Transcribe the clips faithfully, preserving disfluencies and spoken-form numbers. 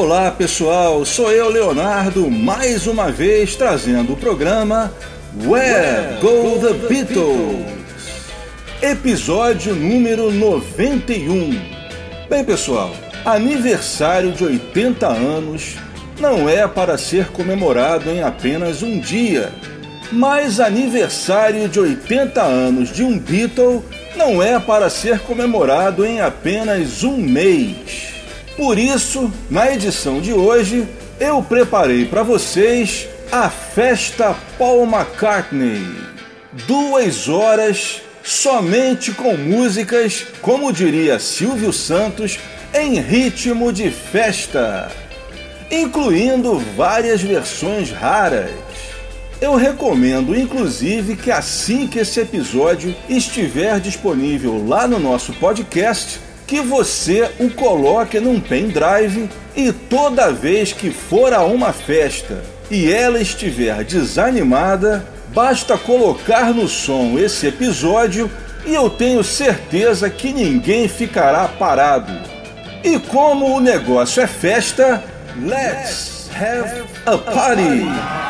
Olá pessoal, sou eu, Leonardo, mais uma vez trazendo o programa Where Go The Beatles, episódio número noventa e um. Bem pessoal, aniversário de oitenta anos não é para ser comemorado em apenas um dia, mas aniversário de oitenta anos de um Beatle não é para ser comemorado em apenas um mês. Por isso, na edição de hoje, eu preparei para vocês a Festa Paul McCartney. Duas horas somente com músicas, como diria Silvio Santos, em ritmo de festa, incluindo várias versões raras. Eu recomendo, inclusive, que assim que esse episódio estiver disponível lá no nosso podcast, que você o coloque num pendrive e toda vez que for a uma festa e ela estiver desanimada, basta colocar no som esse episódio e eu tenho certeza que ninguém ficará parado. E como o negócio é festa, let's have a party!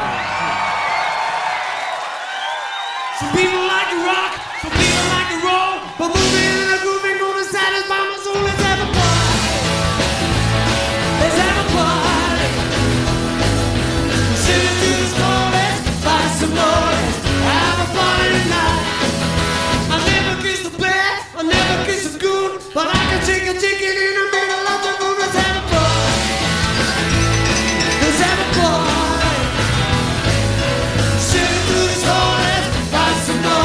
Some people like to rock, some people like to roll, but moving and grooving gonna satisfy my soul. Let's have a party. Let's have a party. Sing it to the stories, buy some more. Have a party tonight. I never kiss the bad, I never kiss the good, but I can shake a chicken in the middle of the room. Let's have a party. Let's have a party. Sing it to the stories. Some more.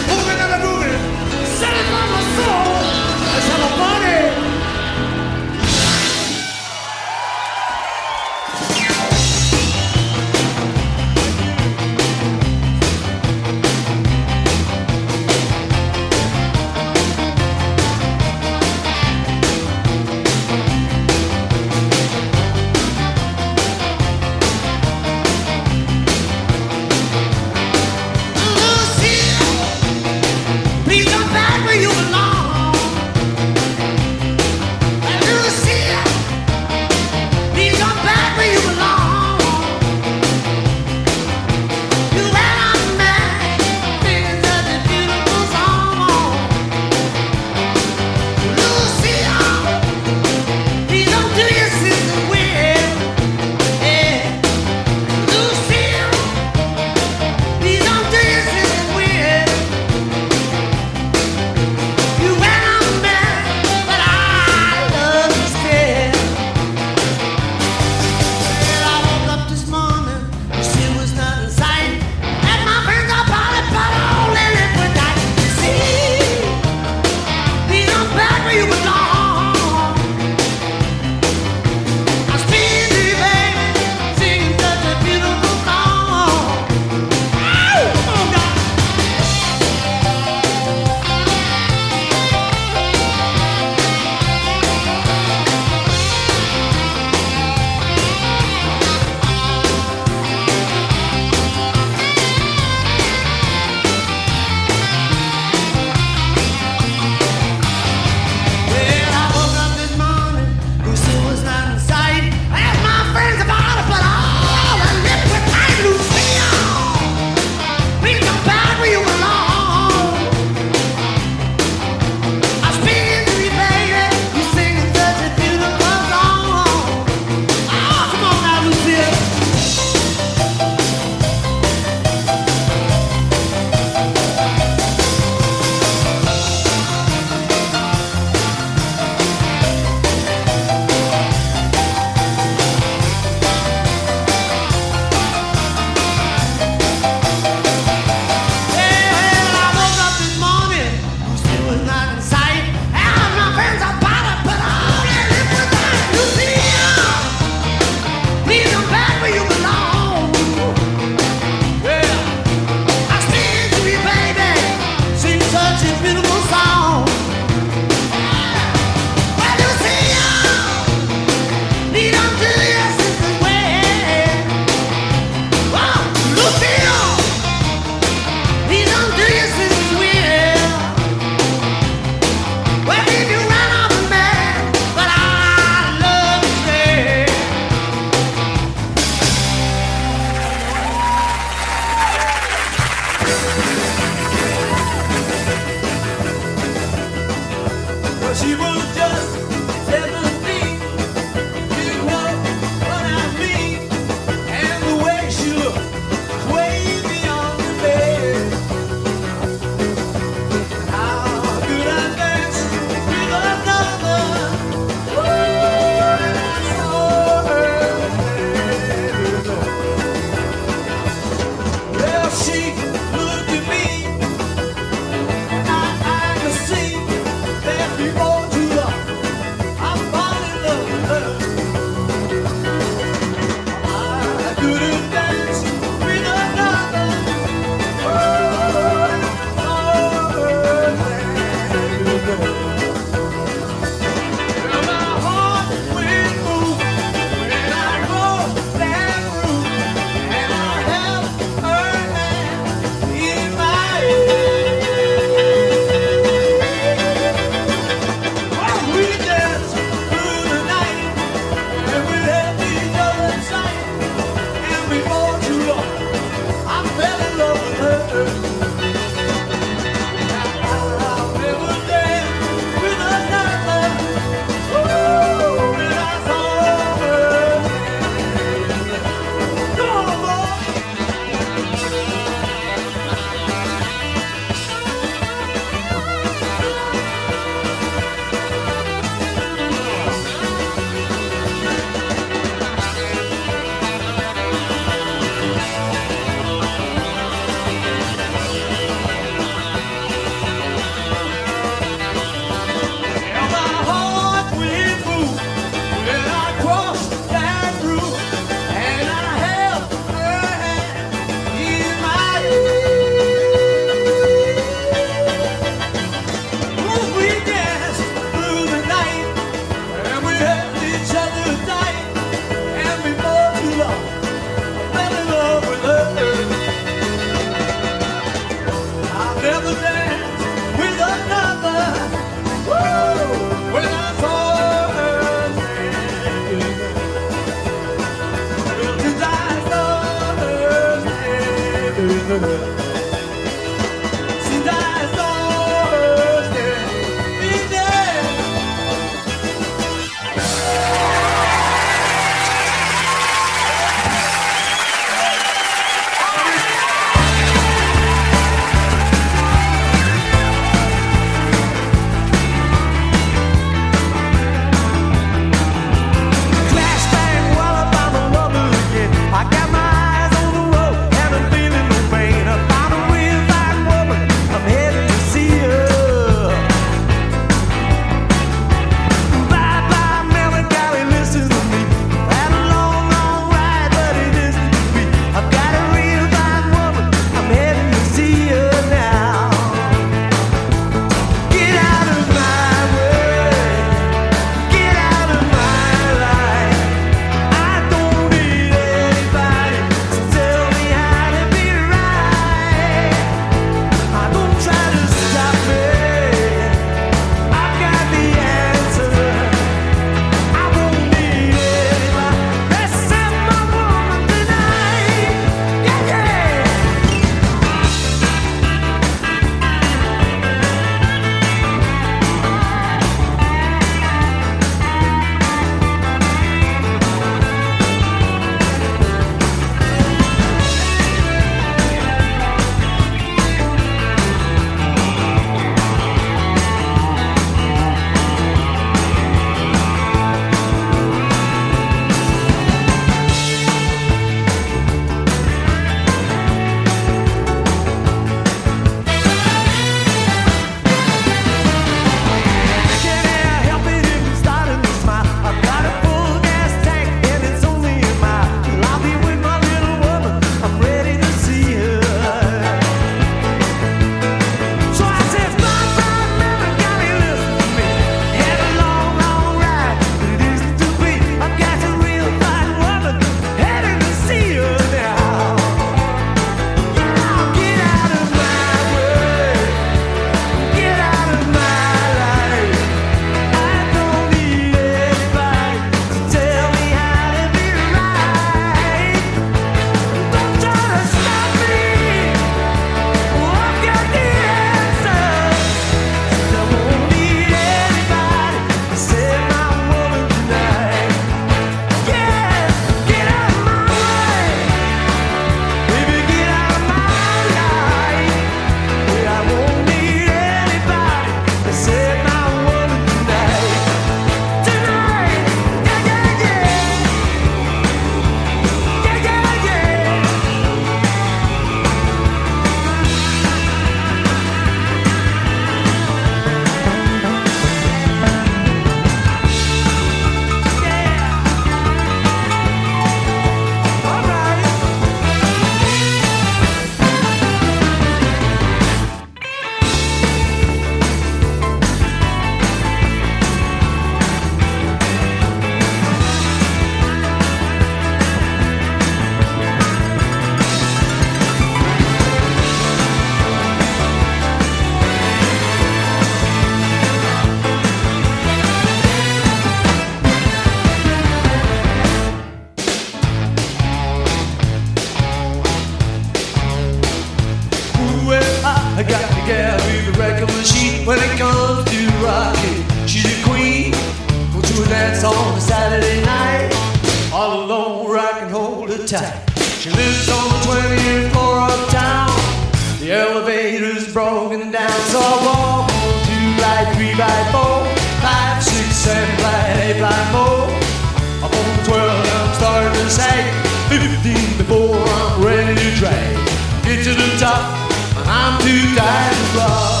seven, flight eight, flight four. Up on the twelve, I'm starting to sag. Fifteen before I'm ready to drag. Get to the top, and I'm too tired to rock.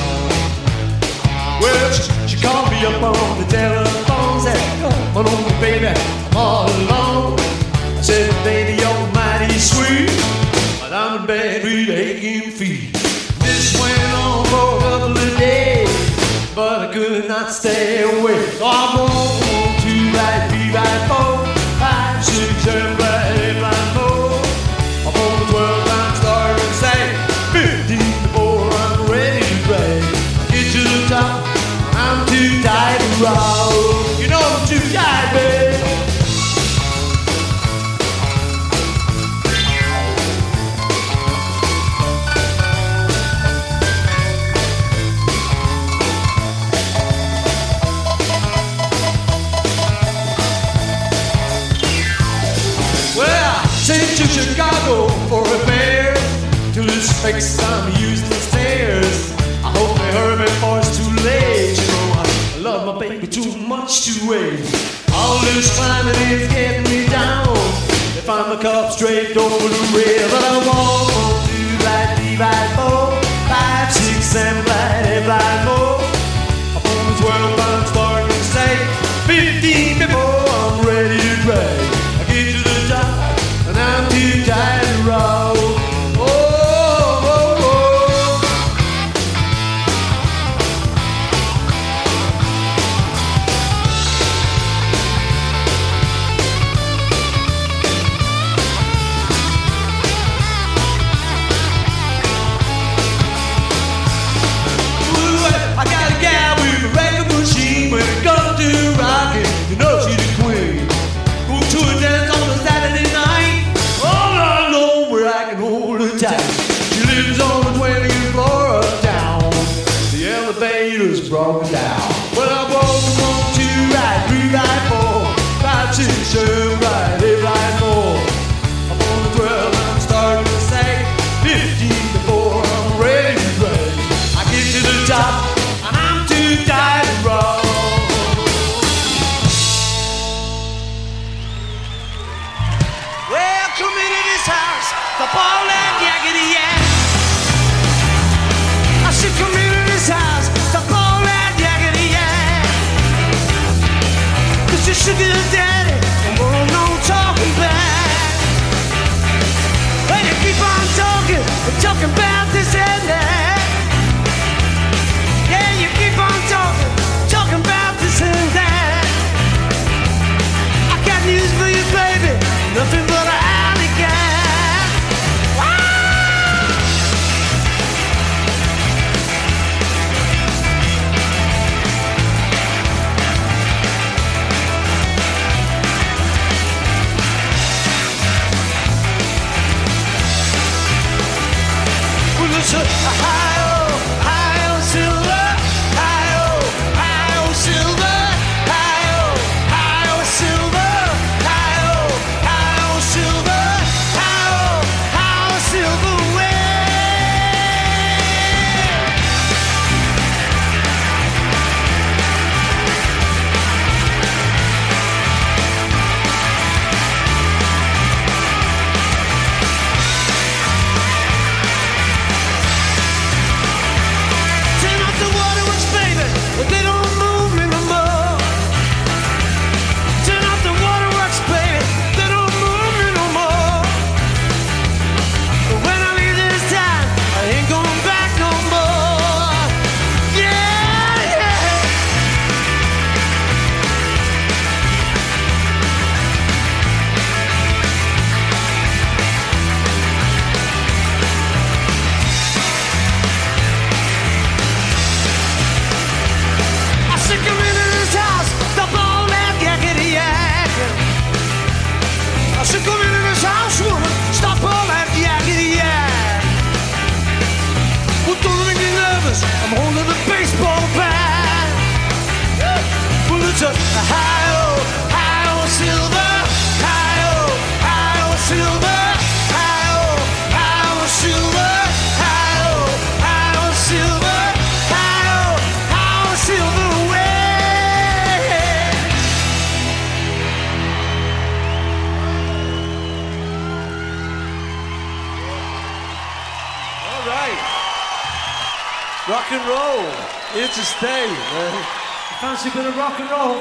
Well, she, she called me up on the telephone, said, "Come on, baby, I'm all alone." I said, "Baby, you're mighty sweet, but I'm in bed with aching feet." This went on for a couple of days, but I could not stay away. So I'm on two, right, three, right, four, five, six, seven, right, eight, right, four. I'm on the twelve, I'm starting to say, fifteen before I'm ready to drag. Get to the top, I'm too tired to roll. You know I'm too tired, baby. Sent to Chicago for repairs. To this fix I'm using stairs. I hope they heard me before it's too late. You know I love my baby too much to wait. All this climbing is getting me down. They find my cup straight over the rail. But I walk on two, right, three, right, four, five, six, seven, right, eight, right, four. Up on the twelve, I'm starting to say fifteen before I'm ready to drag. I get to the top, and I'm too tired to roll. Oh, oh, oh. Ooh, I got a gal with a record machine. When it comes to rockin', you know she's the queen. Go to a dance on a Saturday night, all alone where I can hold her tight. She lives on the twentieth floor uptown. The elevator's broken down. Well, I walk from one, two, right, three, right, four, five, six, seven, right, eight, right, four. Up on the twelve, I'm starting to say fifteen before I'm ready to drag. I get to the top, and I'm too tired to roll. Well, come into this house, the ball and yakety yak. I said, come into this house, the ball and yakety yak. Cause your sugar daddy won't no talking back. When you keep on talking, talking about this and that. Yeah, you keep on talking, talking about this and that. I got news for you, baby, nothing but an alley cat. Wow! Rock and roll, here to stay, man. Fancy a bit of rock and roll?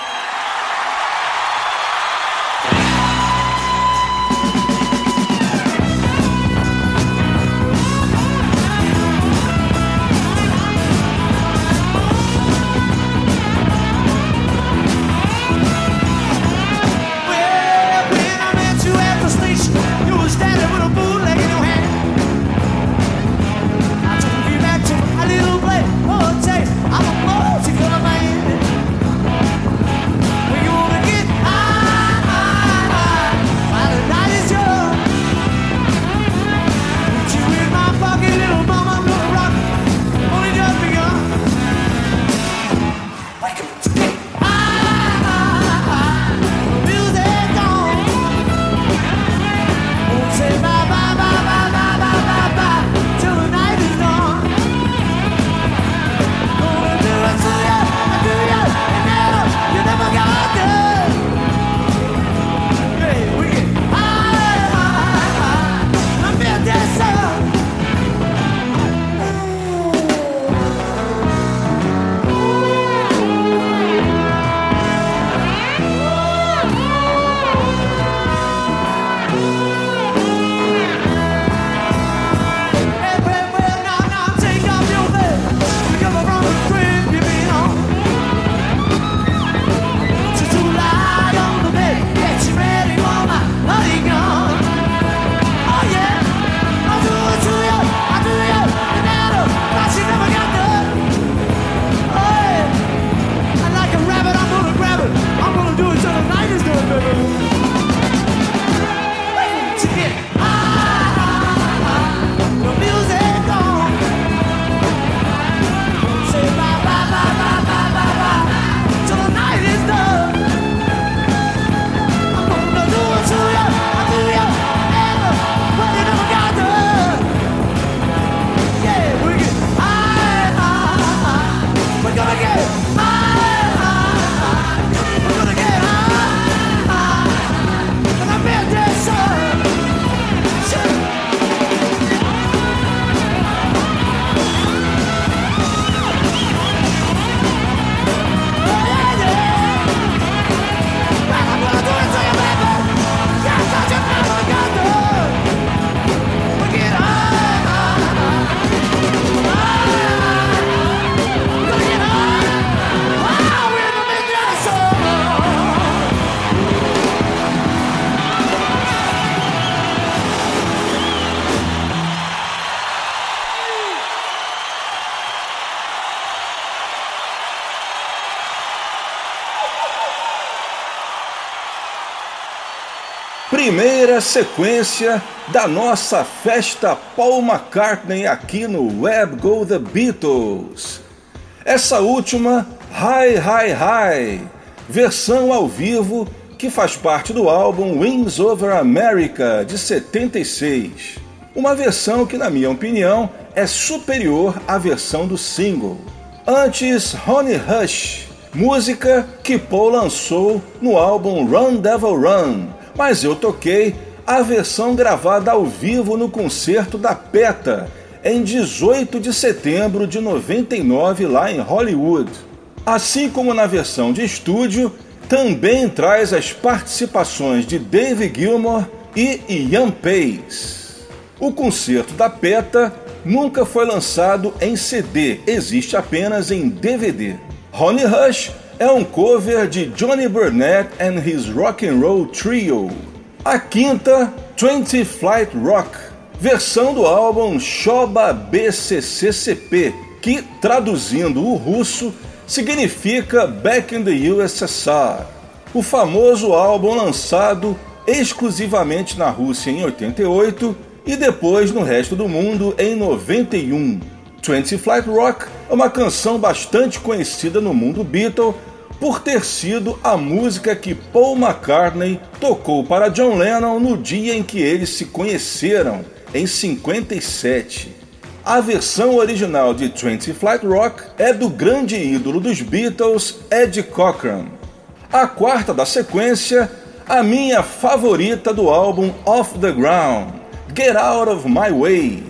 Primeira sequência da nossa festa Paul McCartney aqui no Web Go The Beatles. Essa última, Hi Hi Hi, versão ao vivo que faz parte do álbum Wings Over America de setenta e seis. Uma versão que, na minha opinião, é superior à versão do single. Antes, Honey Hush, música que Paul lançou no álbum Run Devil Run, mas eu toquei a versão gravada ao vivo no concerto da PETA, em dezoito de setembro de noventa e nove, lá em Hollywood. Assim como na versão de estúdio, também traz as participações de Dave Gilmour e Ian Pace. O concerto da PETA nunca foi lançado em C D, existe apenas em D V D. Honey Hush é um cover de Johnny Burnett and his Rock and Roll Trio. A quinta, twenty Flight Rock, versão do álbum Shoba B C C C P, que, traduzindo o russo, significa Back in the U S S R. O famoso álbum lançado exclusivamente na Rússia em oitenta e oito e depois no resto do mundo em noventa e um. twenty Flight Rock é uma canção bastante conhecida no mundo Beatle por ter sido a música que Paul McCartney tocou para John Lennon no dia em que eles se conheceram, em cinquenta e sete. A versão original de twenty Flight Rock é do grande ídolo dos Beatles, Eddie Cochran. A quarta da sequência, a minha favorita do álbum Off the Ground, Get Out of My Way.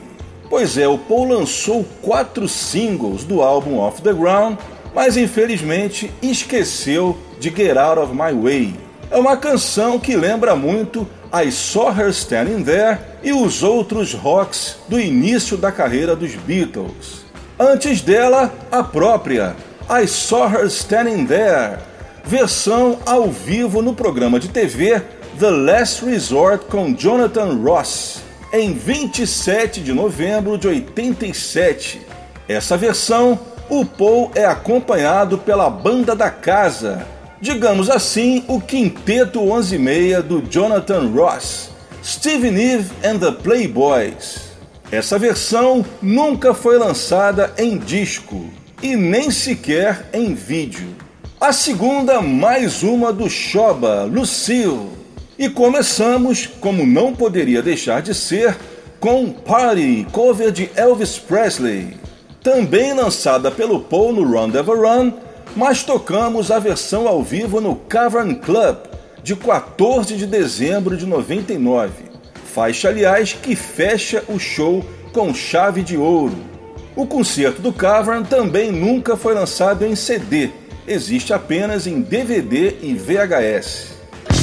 Pois é, o Paul lançou quatro singles do álbum Off the Ground, mas infelizmente esqueceu de Get Out of My Way. É uma canção que lembra muito I Saw Her Standing There e os outros rocks do início da carreira dos Beatles. Antes dela, a própria I Saw Her Standing There, versão ao vivo no programa de T V The Last Resort com Jonathan Ross, em vinte e sete de novembro de oitenta e sete. Essa versão, o Paul é acompanhado pela banda da casa, digamos assim, o quinteto onze e meia do Jonathan Ross, Stephen Eve and the Playboys. Essa versão nunca foi lançada em disco e nem sequer em vídeo. A segunda, mais uma do Shoba, Lucille. E começamos, como não poderia deixar de ser, com Party, cover de Elvis Presley, também lançada pelo Paul no Run Devil Run, mas tocamos a versão ao vivo no Cavern Club, de quatorze de dezembro de noventa e nove, faixa, aliás, que fecha o show com chave de ouro. O concerto do Cavern também nunca foi lançado em C D, existe apenas em D V D e V H S.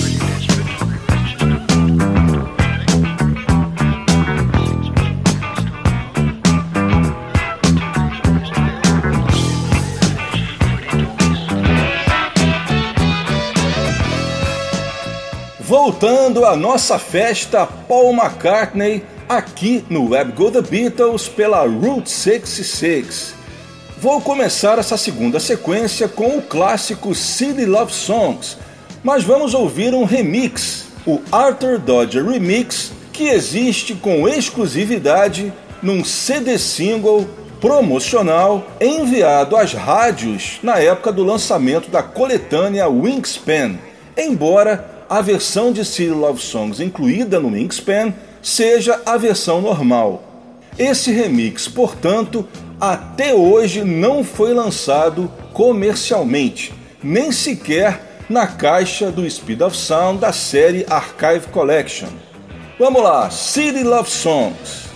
Voltando à nossa festa Paul McCartney, aqui no Web Go The Beatles pela Route sessenta e seis. Vou começar essa segunda sequência com o clássico City Love Songs, mas vamos ouvir um remix, o Arthur Dodger Remix, que existe com exclusividade num C D single promocional enviado às rádios na época do lançamento da coletânea Wingspan, embora a versão de City Love Songs incluída no Wingspan seja a versão normal. Esse remix, portanto, até hoje não foi lançado comercialmente, nem sequer na caixa do Speed of Sound da série Archive Collection. Vamos lá, City Love Songs.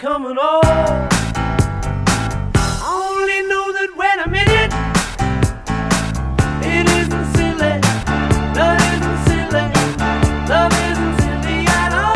coming on. I only know that when I'm in it, it isn't silly. Love isn't silly. Love isn't silly at all.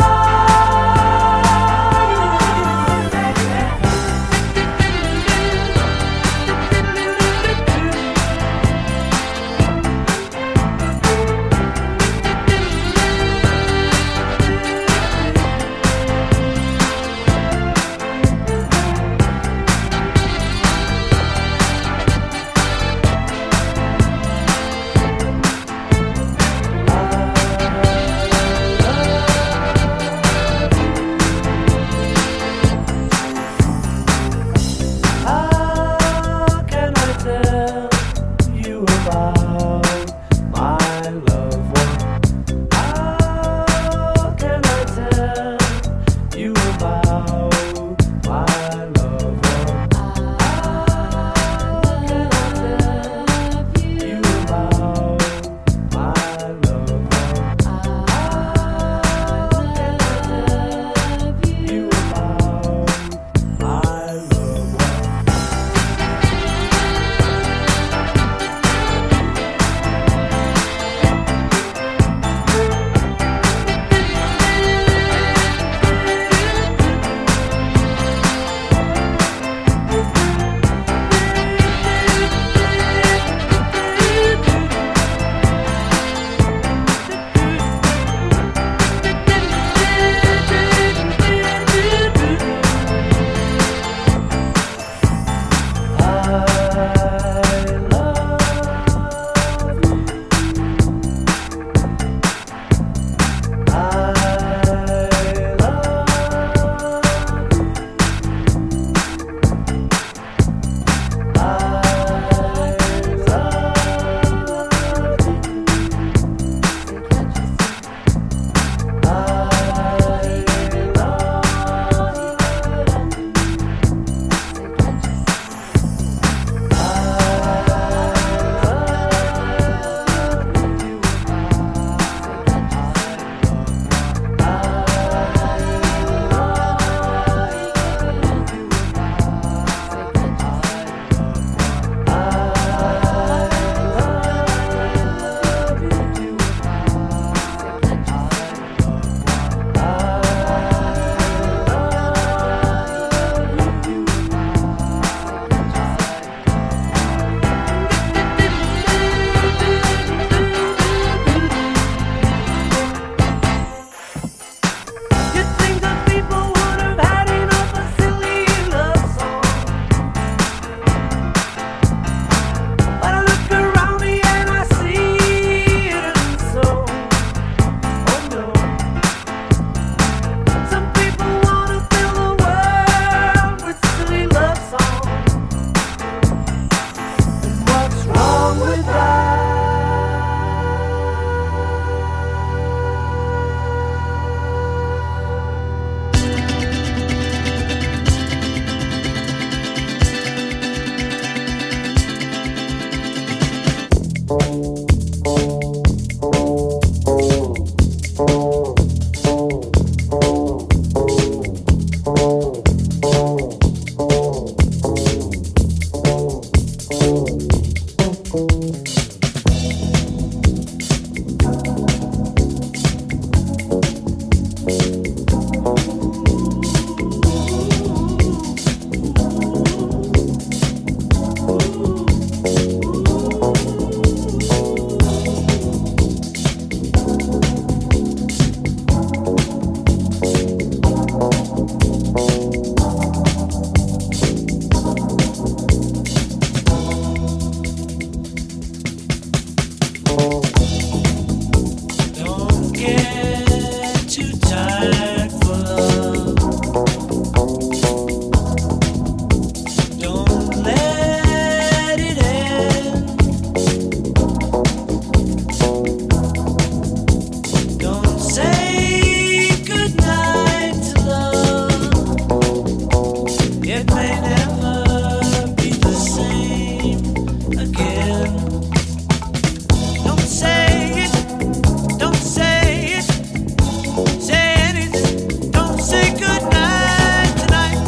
Say anything, don't say goodnight tonight.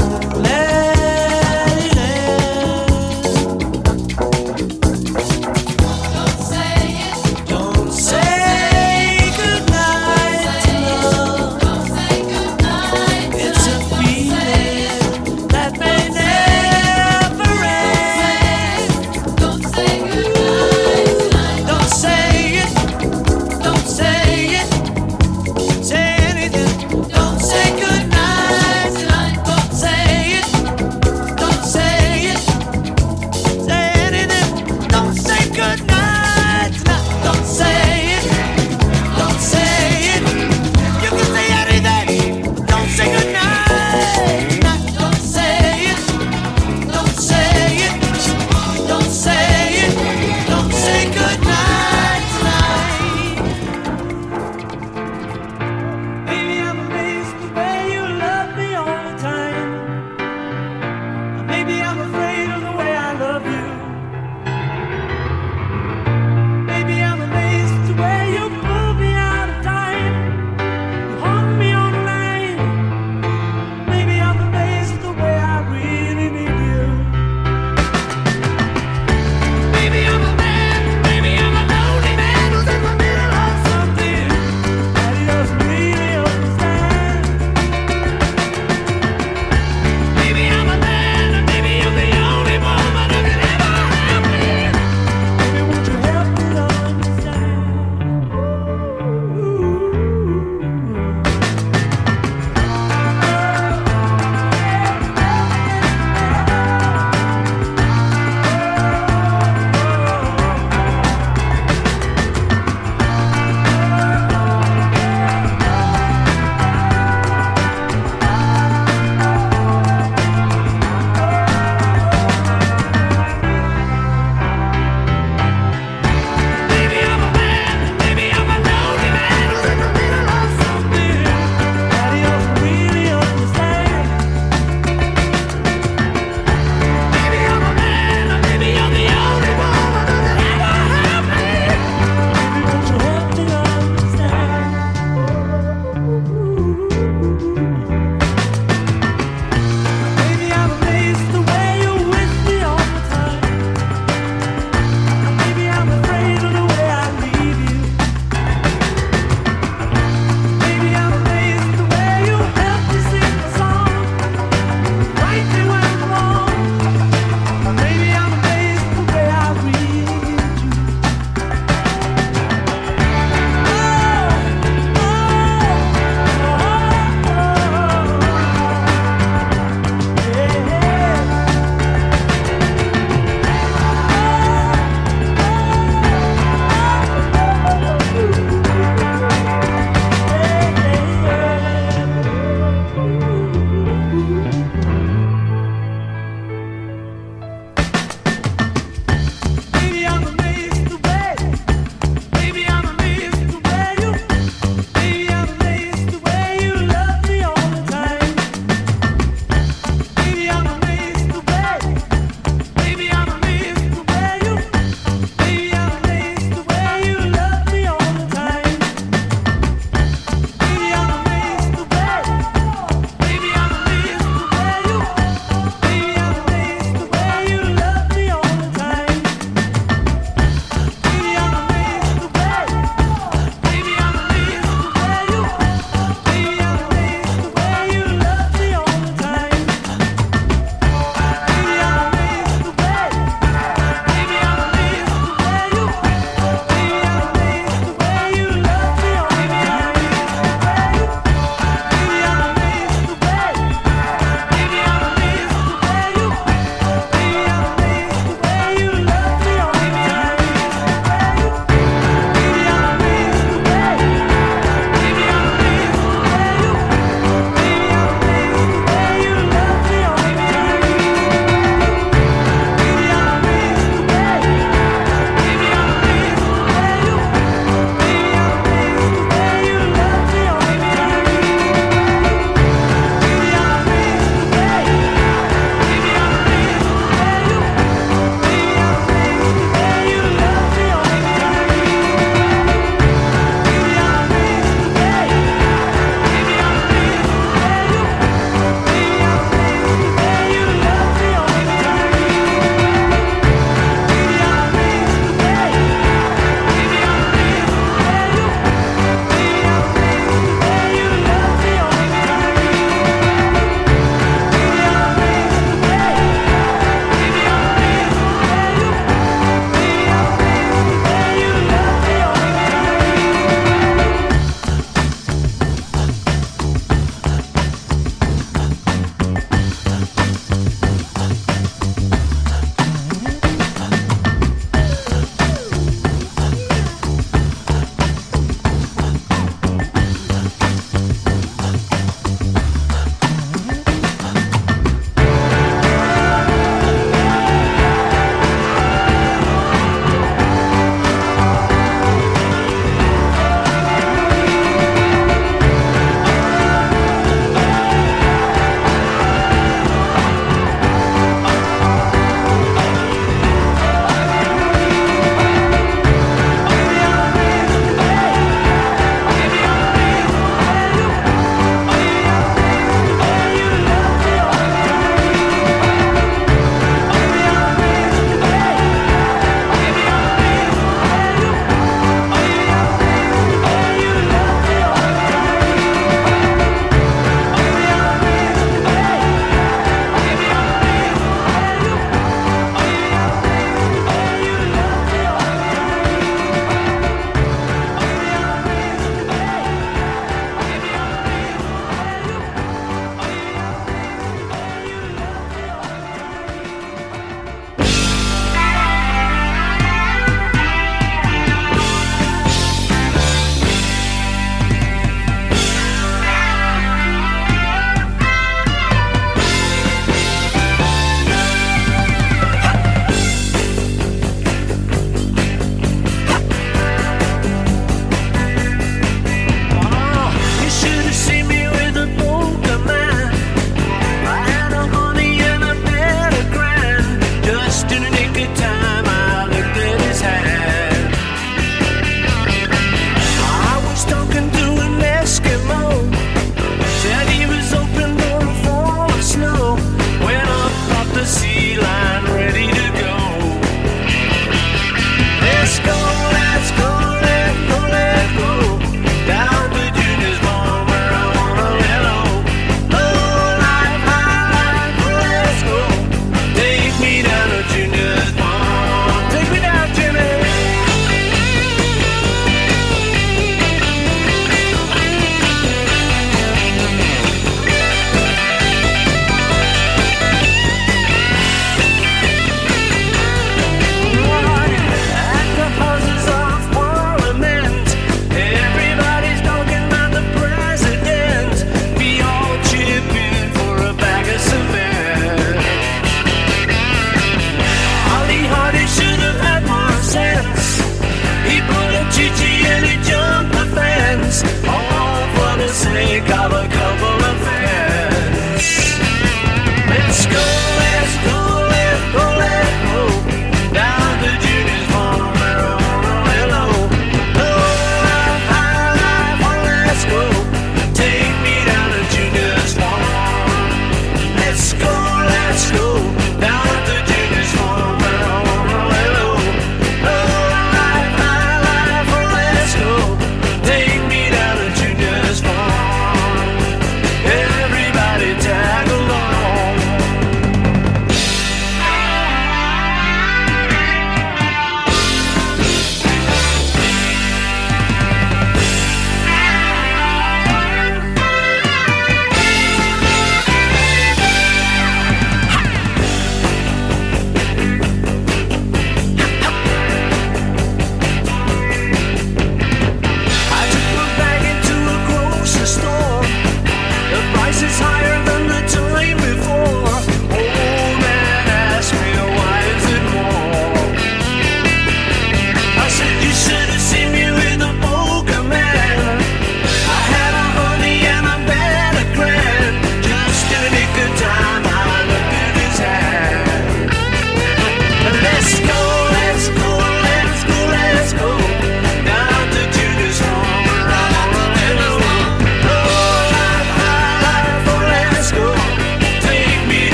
Say anything, don't say goodnight. Don't say it.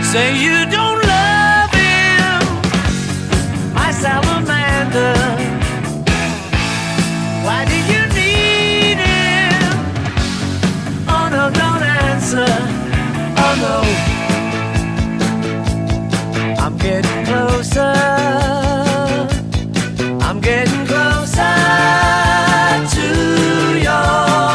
Say you don't love him, my salamander. Why do you need him? Oh no, don't answer. Oh no. I'm getting closer. I'm getting closer to your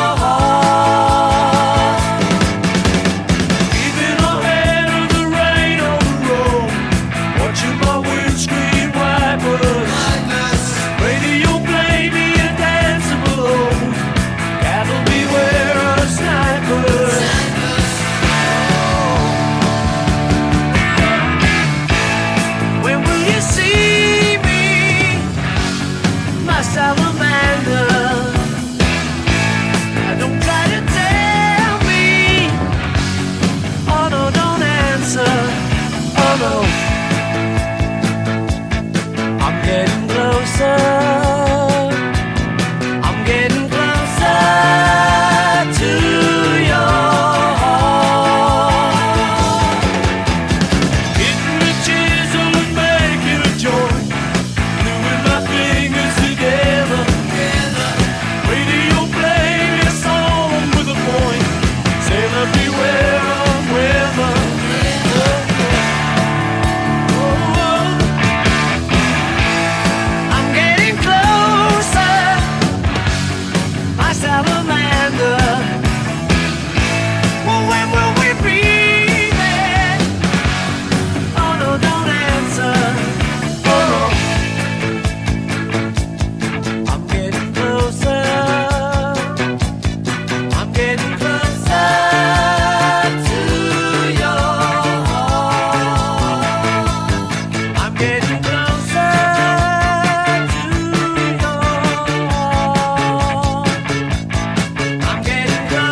heart. Keeping ahead of the rain on the road, watching my windscreen wipers. Radio play me a dancing below. Cattle beware of snipers. When will you see me, my salamander? Don't try to tell me. Oh no, don't answer. Oh no. I'm getting closer. I'm getting closer to your heart. Hitting the chisel and making a joint, gluing my fingers together. Radio play me a song with a point. Sailor beware of weather. Oh, oh. I'm getting closer, my salamander. Well, when will we be there? Oh no, don't answer. Oh no. I'm getting closer. I'm getting closer to your heart. I'm getting closer to your heart. I'm getting closer to your heart.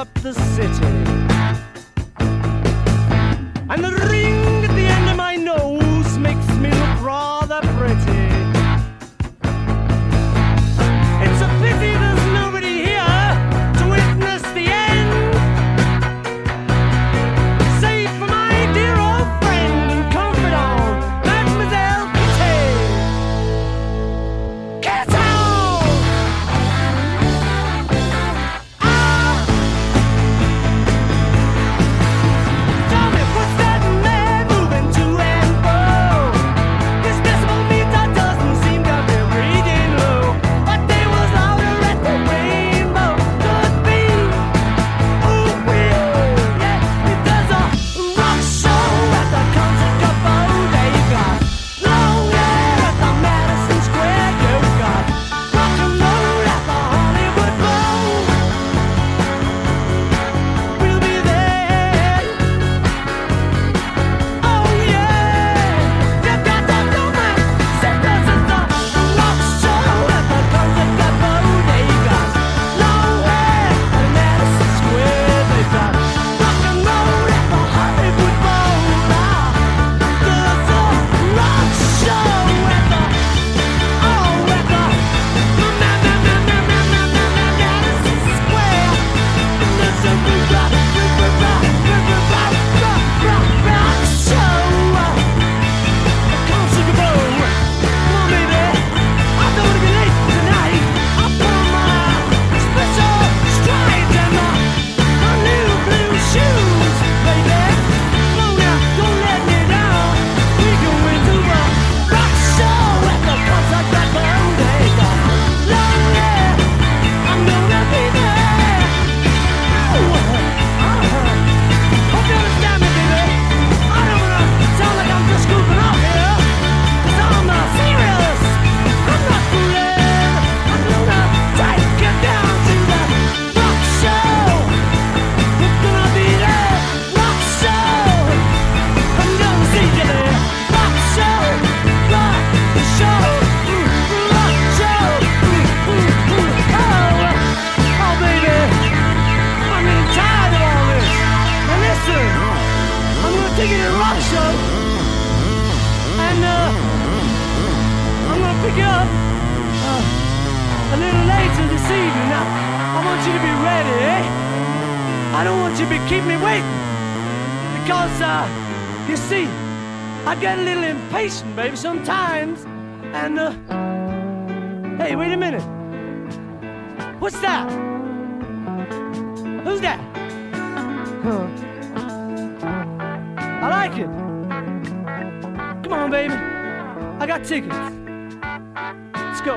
up the city. And the ring at the end of my nose makes me look rather pretty. It's a pity there's nobody here to witness the end, save for my dear old friend and confidant, Mademoiselle Kitty. Kitty! Tell me, what's that man moving to and fro? This decibel meter doesn't seem to be reading low. But they was louder at the rainbow. Could be, ooh wee, yeah. It does a rock show at the concert cafe. They got long hair at the Madison Square. You got rock and roll at the Hollywood Bowl. We'll be there. Oh yeah, you got to know me. Say this is the rock show at the concert cafe. They got long hair at the Madison Square. They got rock and roll at the Hollywood Bowl. Ah, there's a rock show at the oh at the Madison Square. There's a rock, rock, rock, rock, rock, rock, rock show. A concert cafe. Come on, baby. I don't wanna be late tonight. I put on my special stripes and my, my new blue shoes, baby. Come on now, don't let me down. We going to a rock show at the concert cafe. They got long hair. I'm gonna be there. Ooh, uh-huh. Hope you understand me, baby. I don't wanna sound like I'm just goofing off here, 'cause I'm uh, serious. I'm not fooling. I'm gonna take you down to the rock show. We're gonna be there. Rock show. I'm gonna see you there. Rock show. Rock show. Ooh, rock show. Ooh, ooh, ooh. Oh, oh, baby. I'm getting tired of all this. Now listen, I'm gonna take you to the rock show, and uh, I'm gonna pick you up uh, a little later this evening. Now, I want you to be ready, eh? I don't want you to be keeping me waiting, because uh, you see, I get a little impatient, baby, sometimes. And uh, hey, wait a minute. What's that? Who's that? Huh. I like it. Come on, baby. I got tickets. Let's go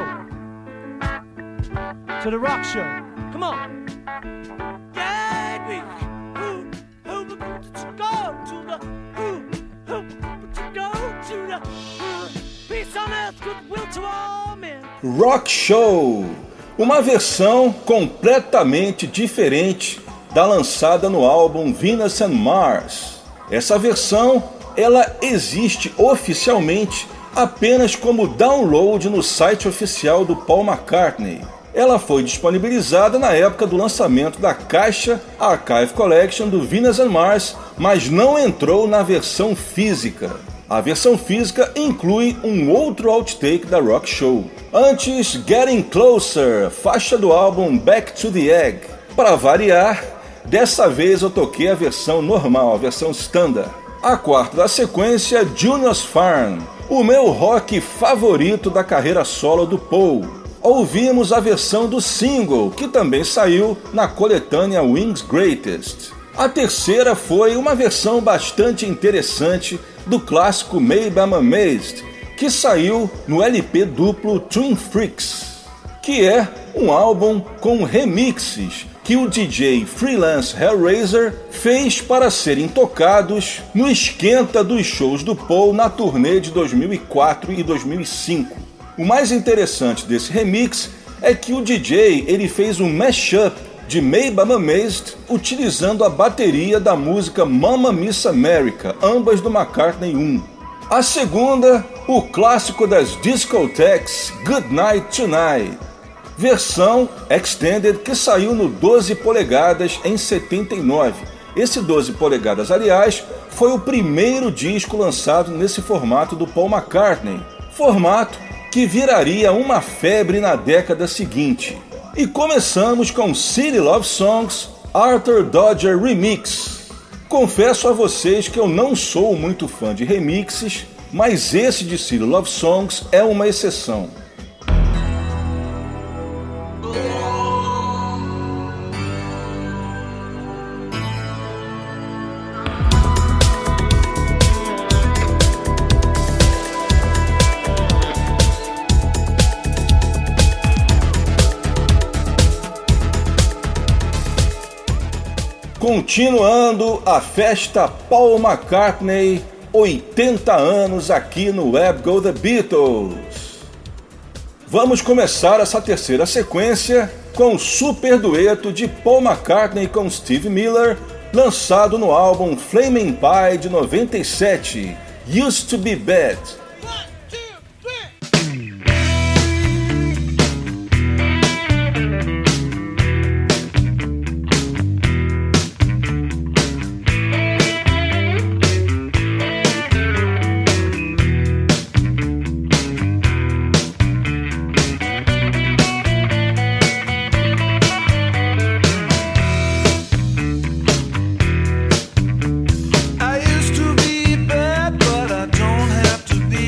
to the rock show. Come on. Yeah, we who who to go to the who who to go to the uh, peace on earth, goodwill to all men. Rock Show, uma versão completamente diferente da lançada no álbum Venus and Mars. Essa versão, ela existe oficialmente apenas como download no site oficial do Paul McCartney. Ela foi disponibilizada na época do lançamento da caixa Archive Collection do Venus and Mars, mas não entrou na versão física. A versão física inclui um outro outtake da Rock Show. Antes, Getting Closer, faixa do álbum Back to the Egg. Para variar, dessa vez eu toquei a versão normal, a versão standard. A quarta da sequência, Junior's Farm, o meu rock favorito da carreira solo do Paul. Ouvimos a versão do single, que também saiu na coletânea Wings Greatest. A terceira foi uma versão bastante interessante do clássico Maybe I'm Amazed, que saiu no L P duplo Twin Freaks, que é um álbum com remixes que o D J Freelance Hellraiser fez para serem tocados no esquenta dos shows do Paul na turnê de dois mil e quatro e dois mil e cinco. O mais interessante desse remix é que o D J ele fez um mashup de Maybe I'm Amazed utilizando a bateria da música Mama Miss America, ambas do McCartney um. A segunda, o clássico das discotheques Good Night Tonight. versão extended que saiu no doze polegadas em setenta e nove. Esse doze polegadas, aliás, foi o primeiro disco lançado nesse formato do Paul McCartney, formato que viraria uma febre na década seguinte. E começamos com City Love Songs Arthur Dodger Remix. Confesso a vocês que eu não sou muito fã de remixes, mas esse de City Love Songs é uma exceção. Continuando a festa Paul McCartney, oitenta anos aqui no Web Go The Beatles. Vamos começar essa terceira sequência com o super dueto de Paul McCartney com Steve Miller, lançado no álbum Flaming Pie de noventa e sete, Used to Be Bad. I used to be bad, but I don't have to be.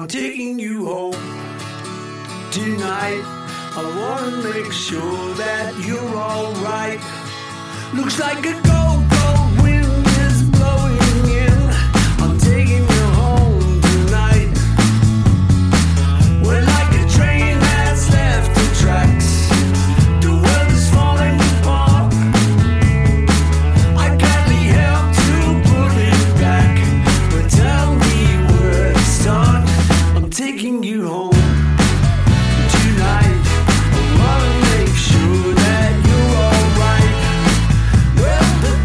taking you home tonight. I wanna make sure that you're alright. Looks like a cold, wind is blowing in. I'm taking you home tonight. We're like a train that's left the tracks. The world is falling apart. I kindly help to put it back, but tell me where to start. I'm taking you home tonight. I wanna make sure that you're alright. Well, the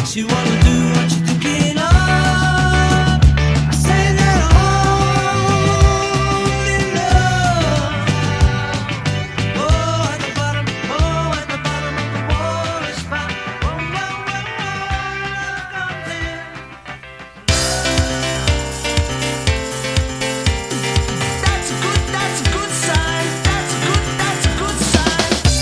makes you wanna do what you're thinking of. I say that only love. Oh, at the bottom, oh, at the bottom of the water spot. Oh, oh, oh, oh, love comes in. That's a good, that's a good sign. That's a good, that's a good sign.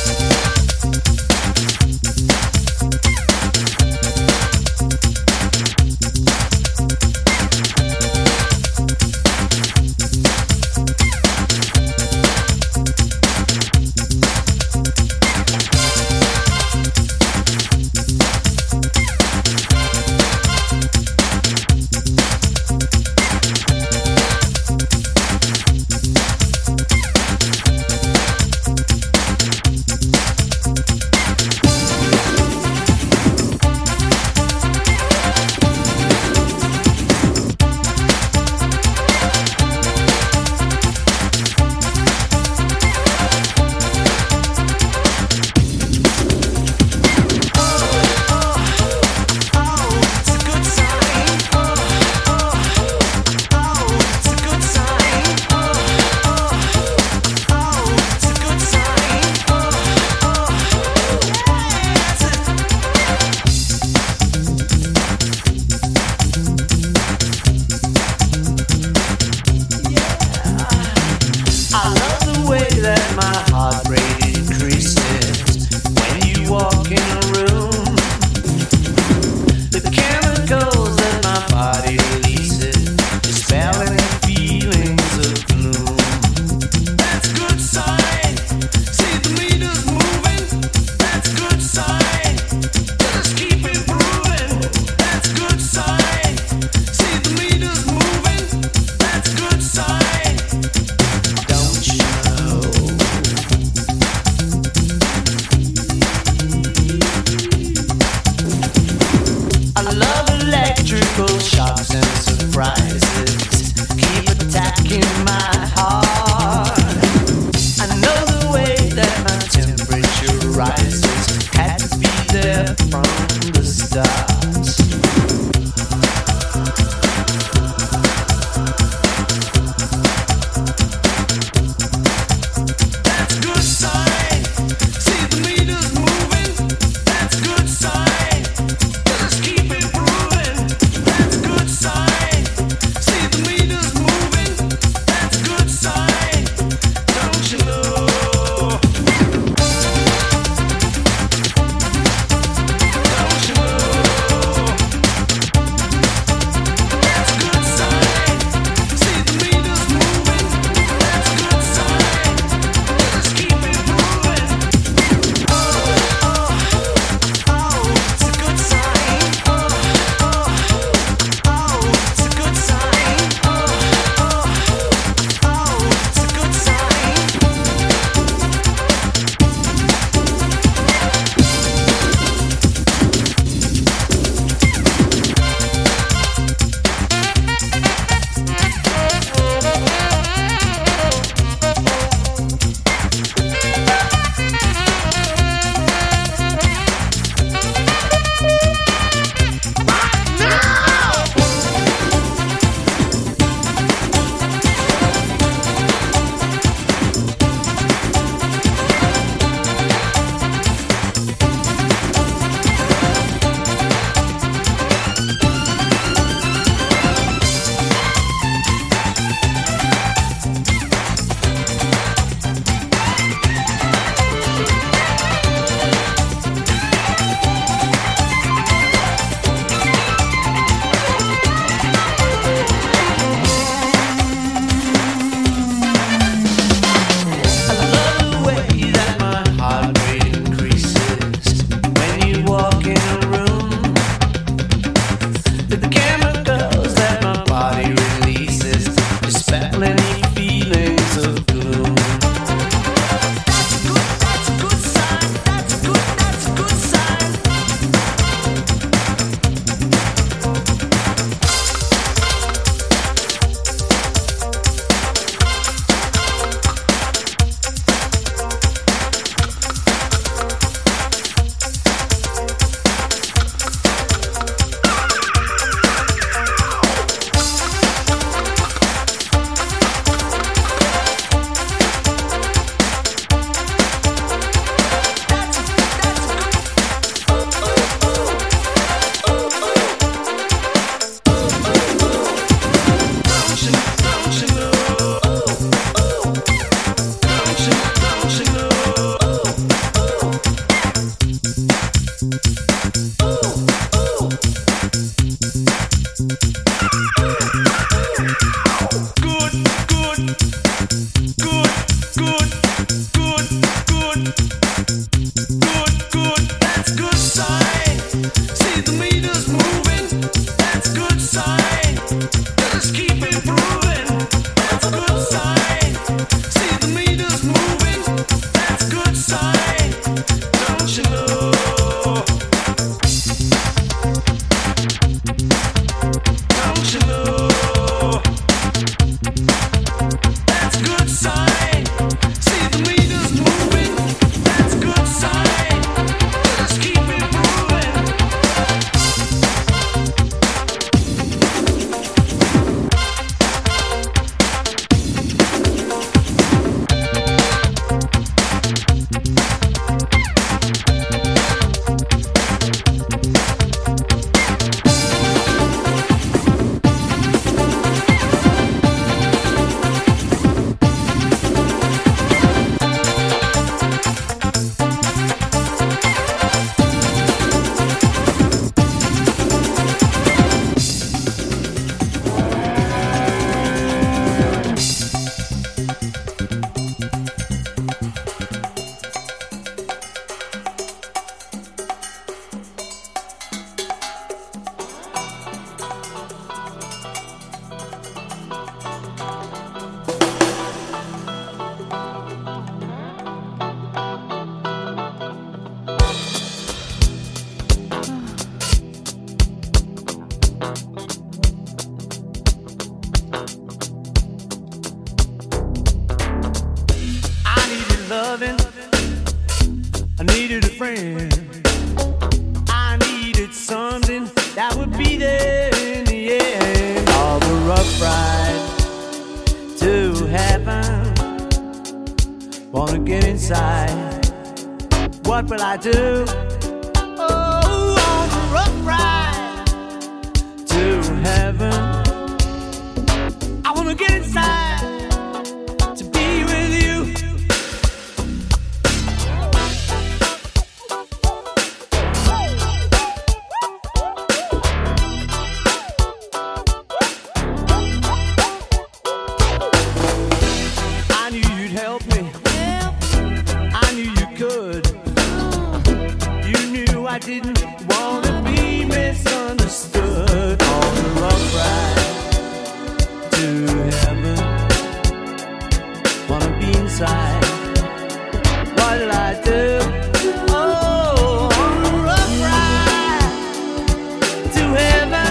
I love the way that my heart rate increases when you walk in a room. The chemicals that my body releases, dispelling feelings of gloom. That's a good sign. See the meters moving. That's a good sign. Just keep improving. That's a good sign. See the meters moving. That's a good sign. Don't you know? I love electrical shocks and surprises. Keep attacking my heart. I know the way that my temperature rises. Had to be there from the start. That's a good sign. See the meters moving. That's a good sign. Just keep improving. That's a good sign. See the meters moving. That's a good sign. Don't you know? Don't you know? wanna get inside. What will I do? Oh, on a rough ride to heaven. I wanna get inside to be with you. I knew you'd help me. I knew you could. You knew I didn't want to be misunderstood. On the rough ride to heaven, wanna be inside. What did I do? Oh, on the rough ride to heaven,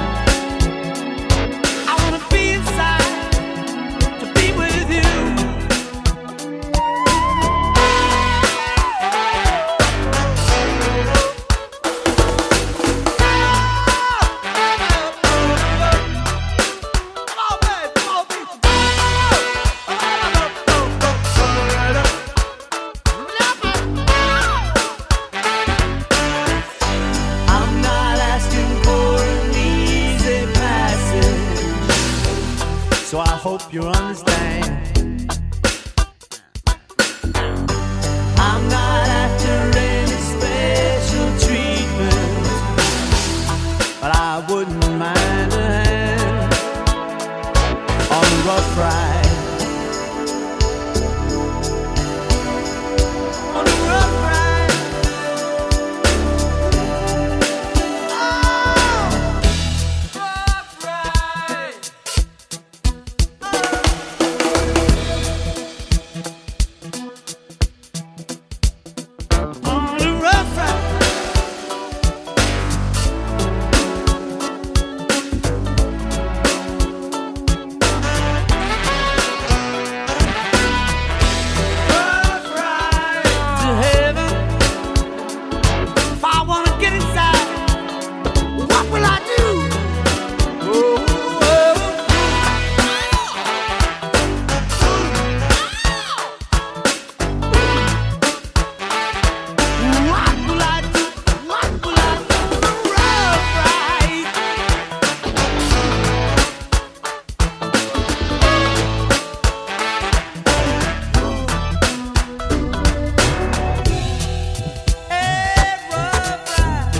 I wanna be inside to be with you. I'm not asking for an easy passage, so I hope you understand. I'm not after any special treatment, but I wouldn't mind a hand on the rough ride. On the rough ride. Oh, rough ride. On the rough ride. Rough ride to heaven. If I wanna get inside, what will I do? Oh, oh. What will I do? What will I do? Rough ride. Hey, rough ride.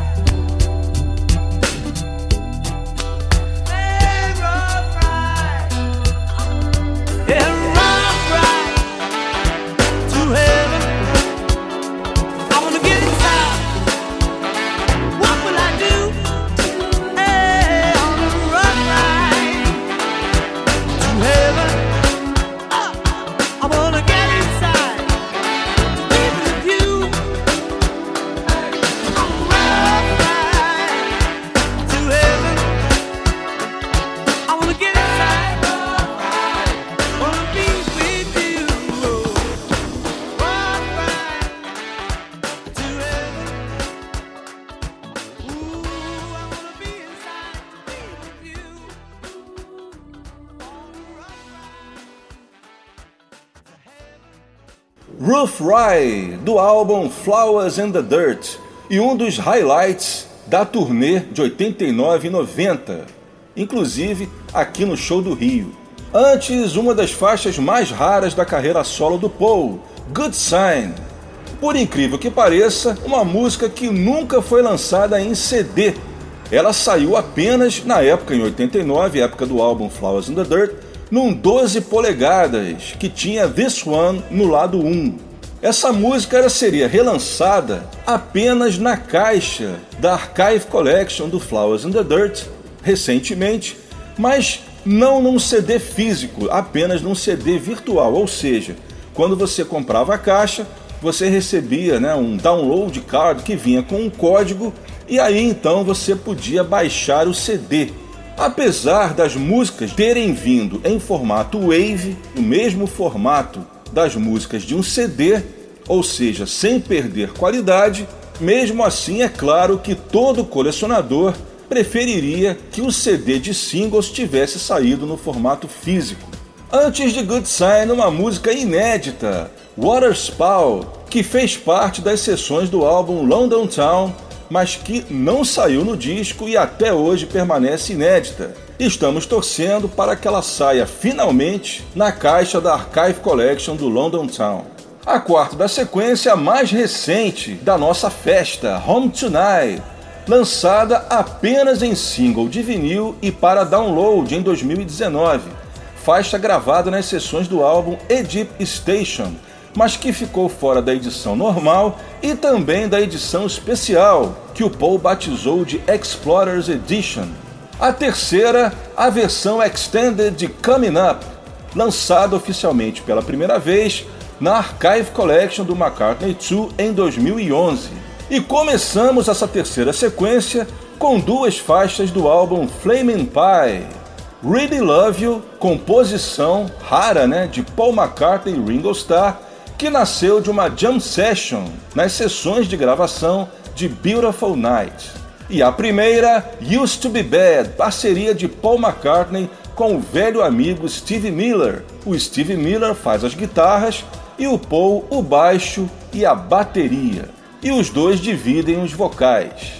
Hey, rough ride. Yeah, rough ride to heaven. I wanna get inside. What will I do? Hey, on a rough ride to heaven. Ah, I wanna get inside to be with you. On a rough ride to heaven. I wanna get inside. Wanna be with you. Rough ride to heaven. Ooh, I wanna be inside to be with you. On a rough ride. Rough Ride, do álbum Flowers in the Dirt, e um dos highlights da turnê de oitenta e nove e noventa, inclusive aqui no show do Rio. Antes, uma das faixas mais raras da carreira solo do Paul, Good Sign. Por incrível que pareça, uma música que nunca foi lançada em C D. Ela saiu apenas na época, em oitenta e nove, época do álbum Flowers in the Dirt, num doze polegadas, que tinha This One no lado um. Essa música era, seria relançada apenas na caixa da Archive Collection do Flowers in the Dirt, recentemente, mas não num C D físico, apenas num C D virtual, ou seja, quando você comprava a caixa, você recebia, né, um download card que vinha com um código e aí então você podia baixar o C D. Apesar das músicas terem vindo em formato Wave, o mesmo formato das músicas de um C D, ou seja, sem perder qualidade, mesmo assim é claro que todo colecionador preferiria que o C D de singles tivesse saído no formato físico. Antes de Good Sign, uma música inédita, Waterspout, que fez parte das sessões do álbum London Town, mas que não saiu no disco e até hoje permanece inédita. Estamos torcendo para que ela saia finalmente na caixa da Archive Collection do London Town. A quarta da sequência, a mais recente da nossa festa, Home Tonight, lançada apenas em single de vinil e para download em dois mil e dezenove, faixa gravada nas sessões do álbum Egypt Station, mas que ficou fora da edição normal e também da edição especial, que o Paul batizou de Explorers Edition. A terceira, a versão extended de Coming Up, lançada oficialmente pela primeira vez na Archive Collection do McCartney dois em dois mil e onze. E começamos essa terceira sequência com duas faixas do álbum Flaming Pie. Really Love You, composição rara, né, de Paul McCartney e Ringo Starr, que nasceu de uma jam session nas sessões de gravação de Beautiful Night. E a primeira, Used to Be Bad, parceria de Paul McCartney com o velho amigo Steve Miller. O Steve Miller faz as guitarras e o Paul o baixo e a bateria. E os dois dividem os vocais.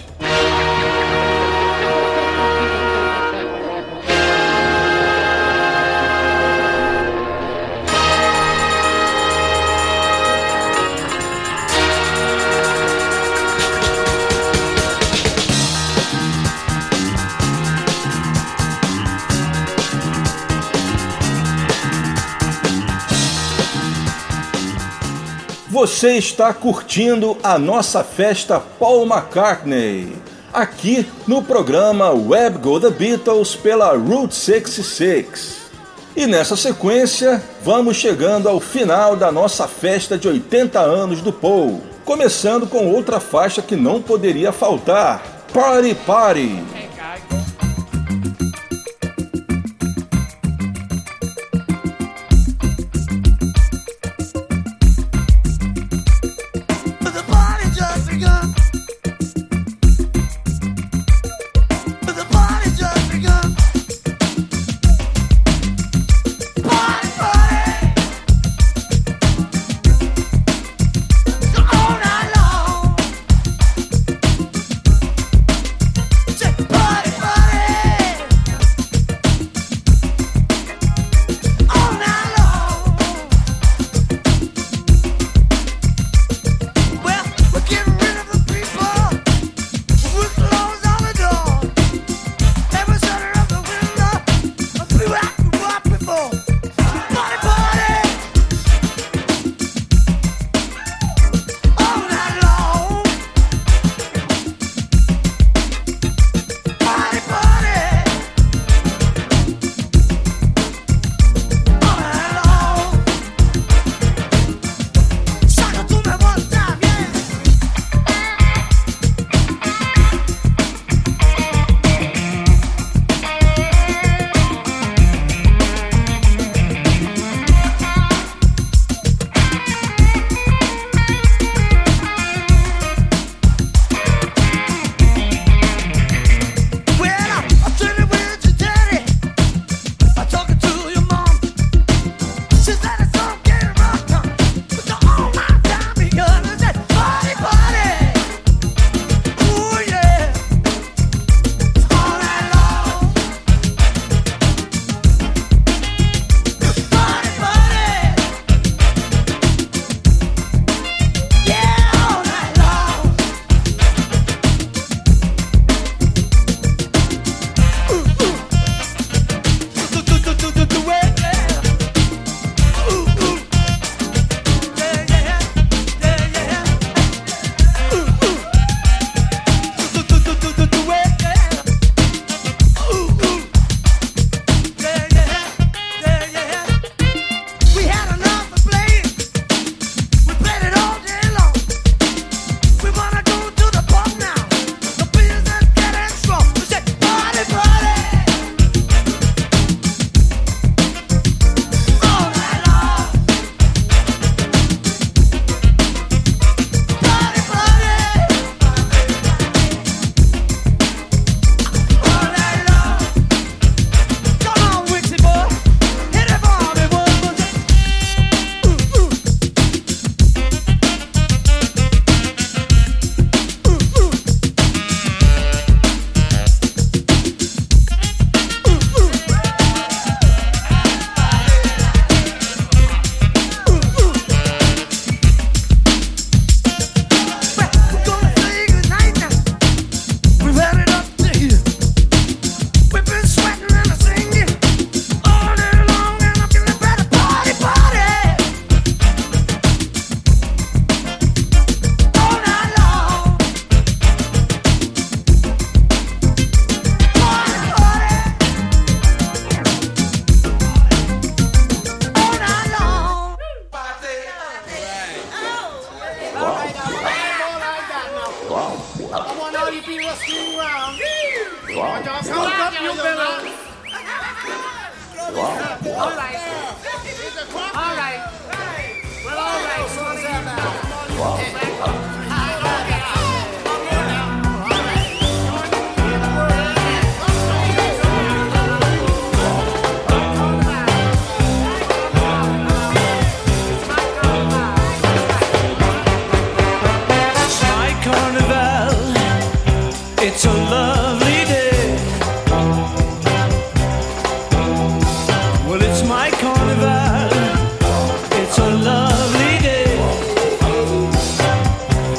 Você está curtindo a nossa festa Paul McCartney, aqui no programa Web Go The Beatles pela Route sessenta e seis. E nessa sequência, vamos chegando ao final da nossa festa de oitenta anos do Paul, começando com outra faixa que não poderia faltar, Party Party. Check. It's my carnival. It's a lovely day. Well, it's my carnival. It's a lovely day.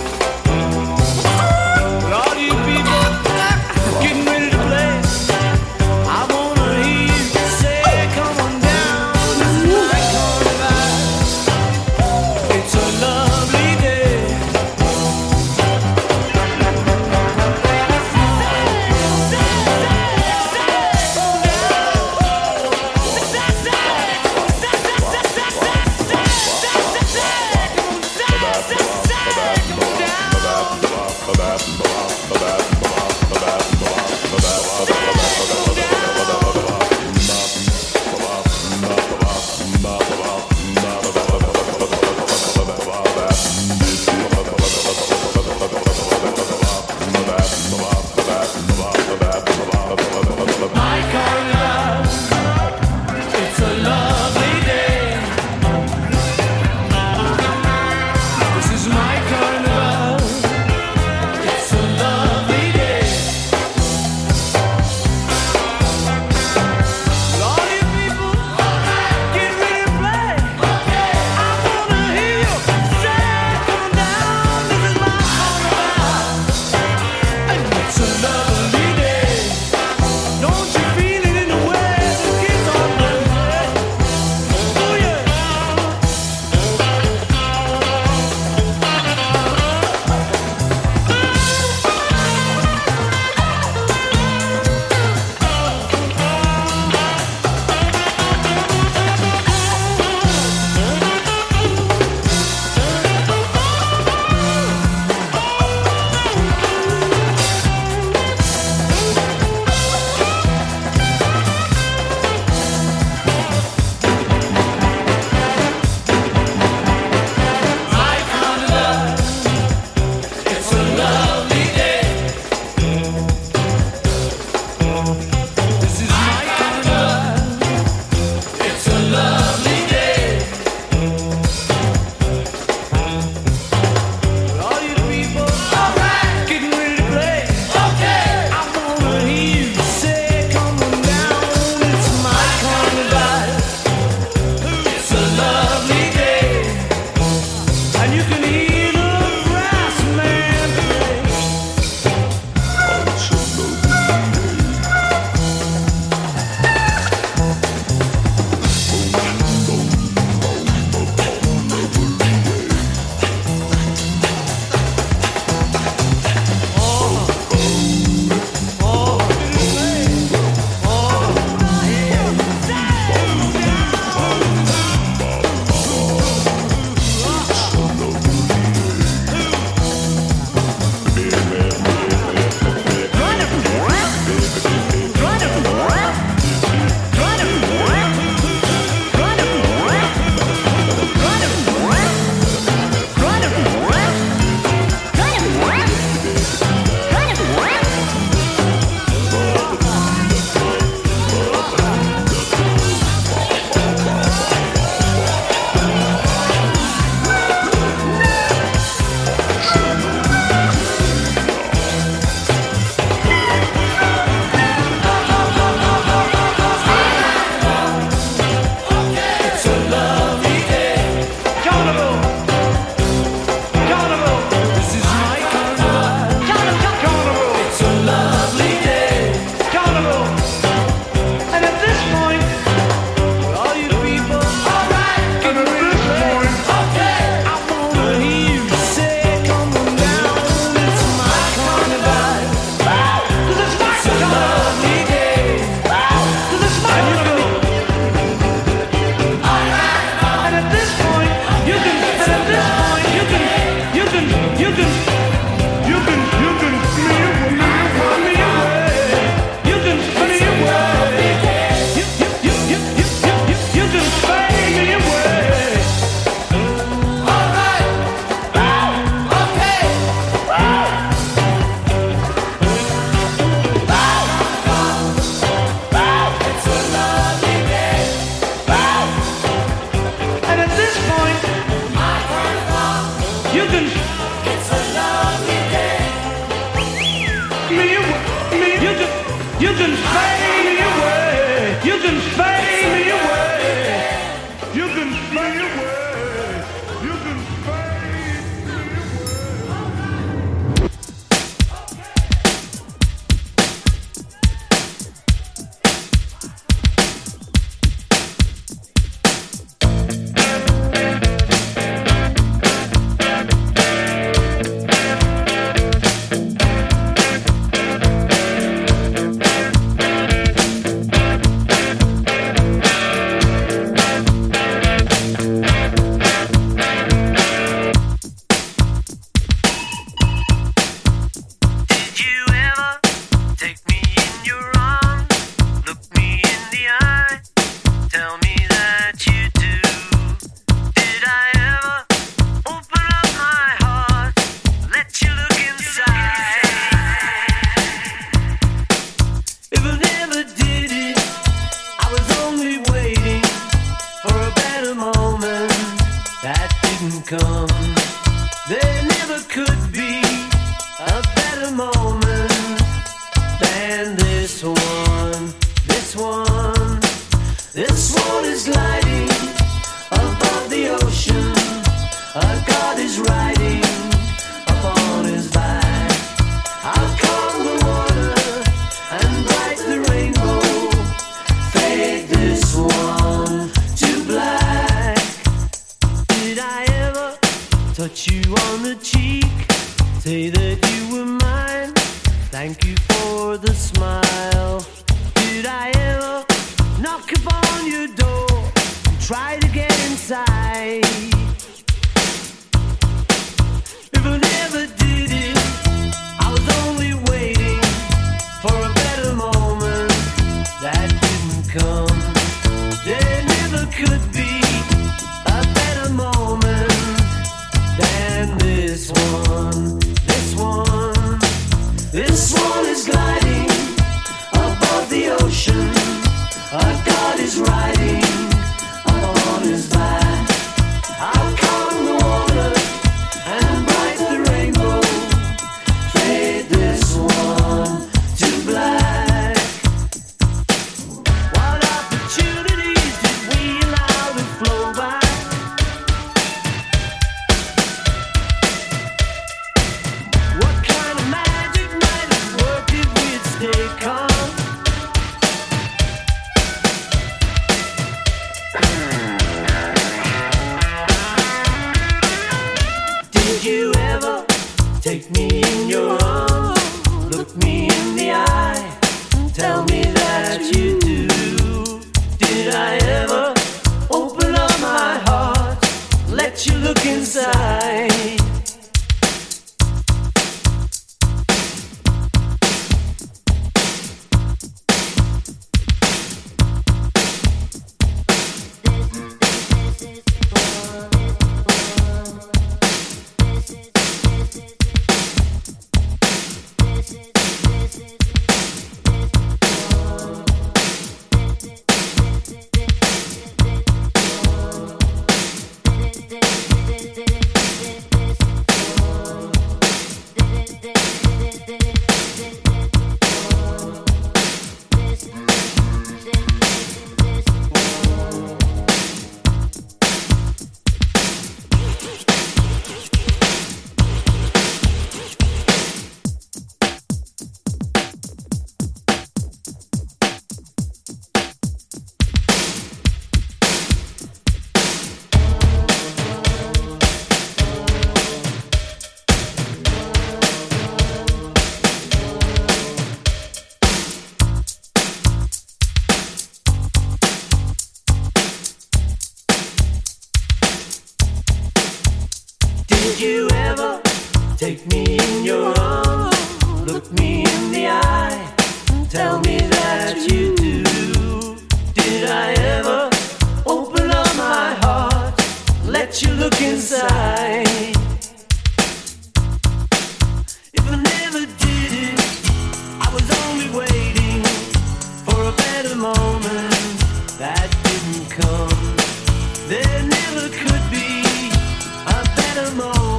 You can fade me away. You can fade me away. You can fade away. You can fade me away.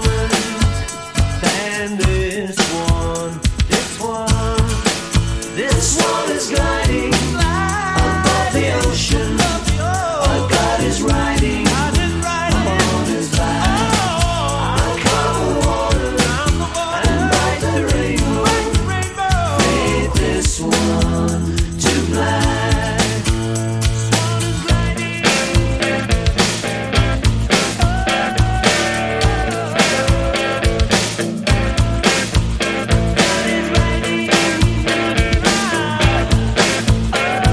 This Thank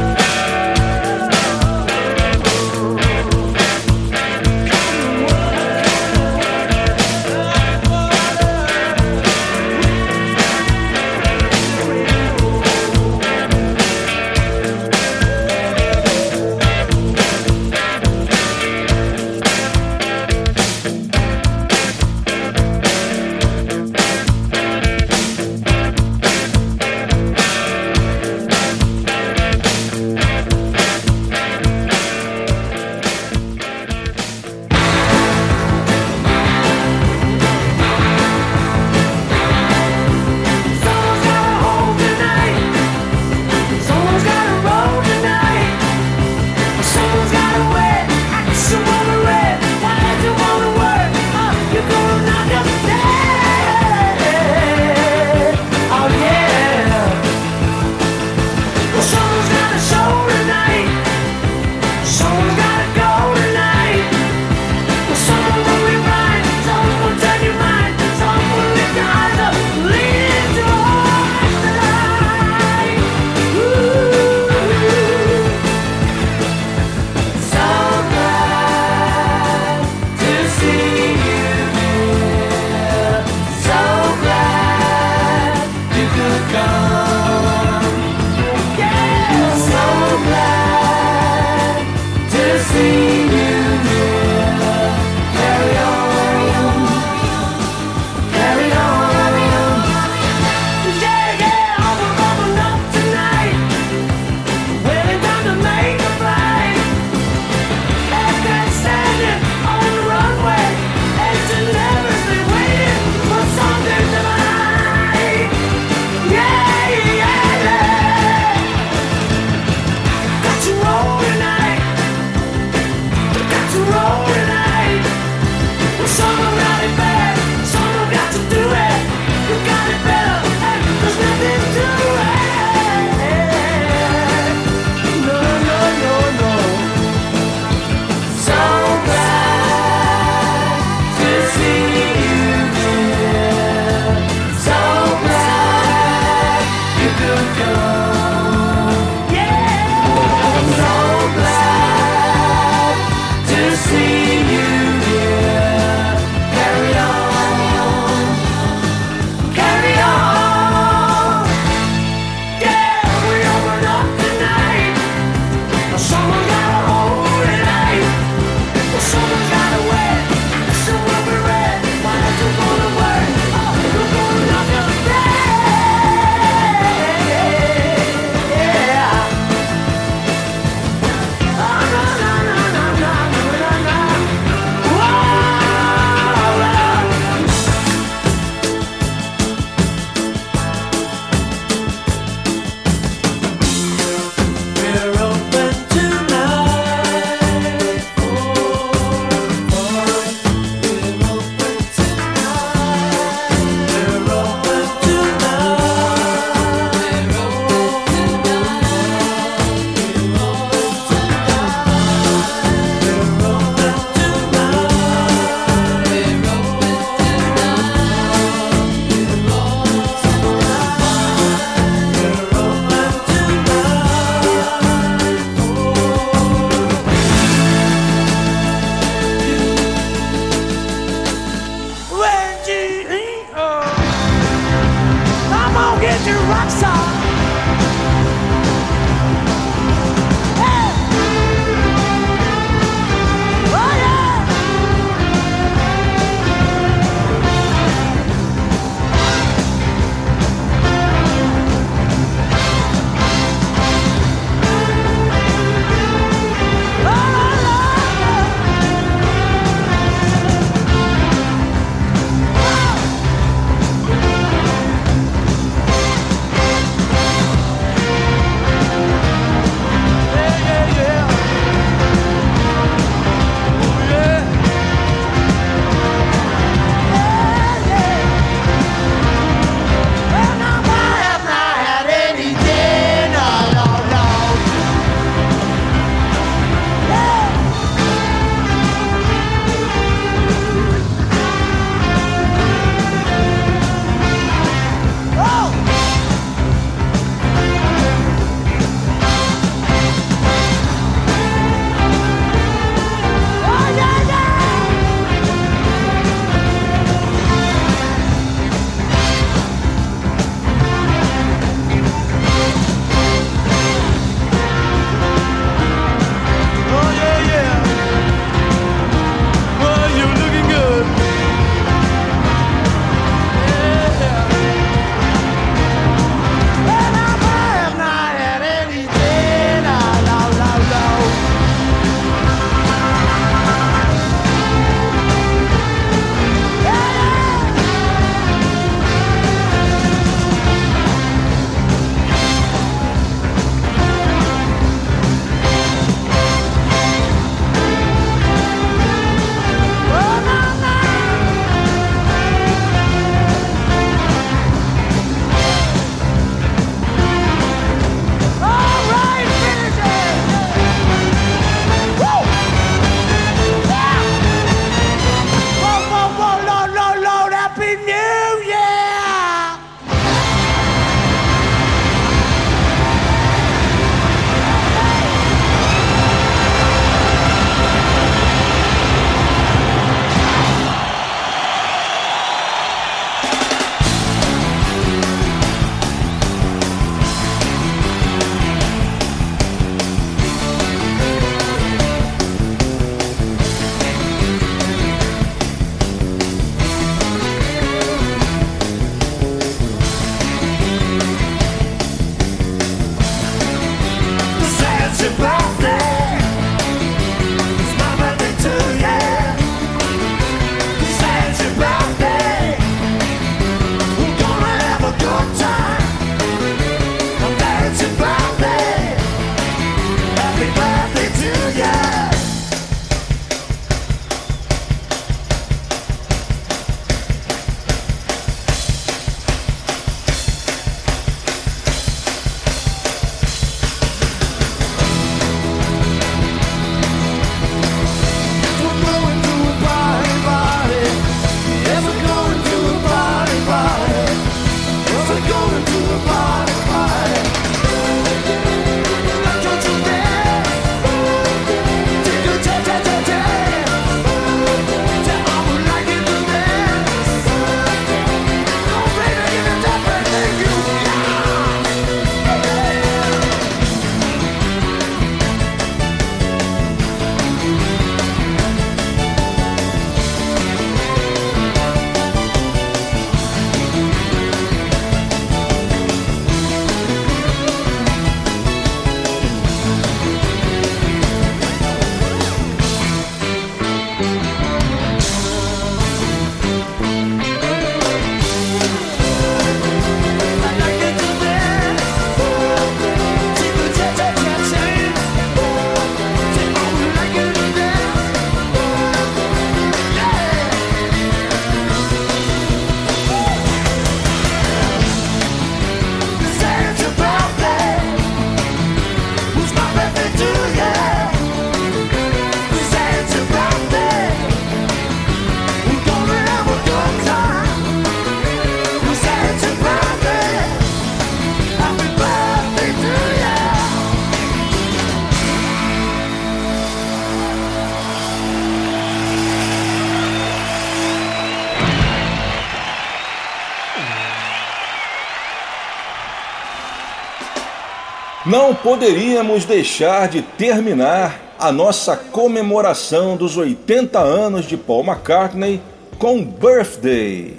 Não poderíamos deixar de terminar a nossa comemoração dos oitenta anos de Paul McCartney com Birthday,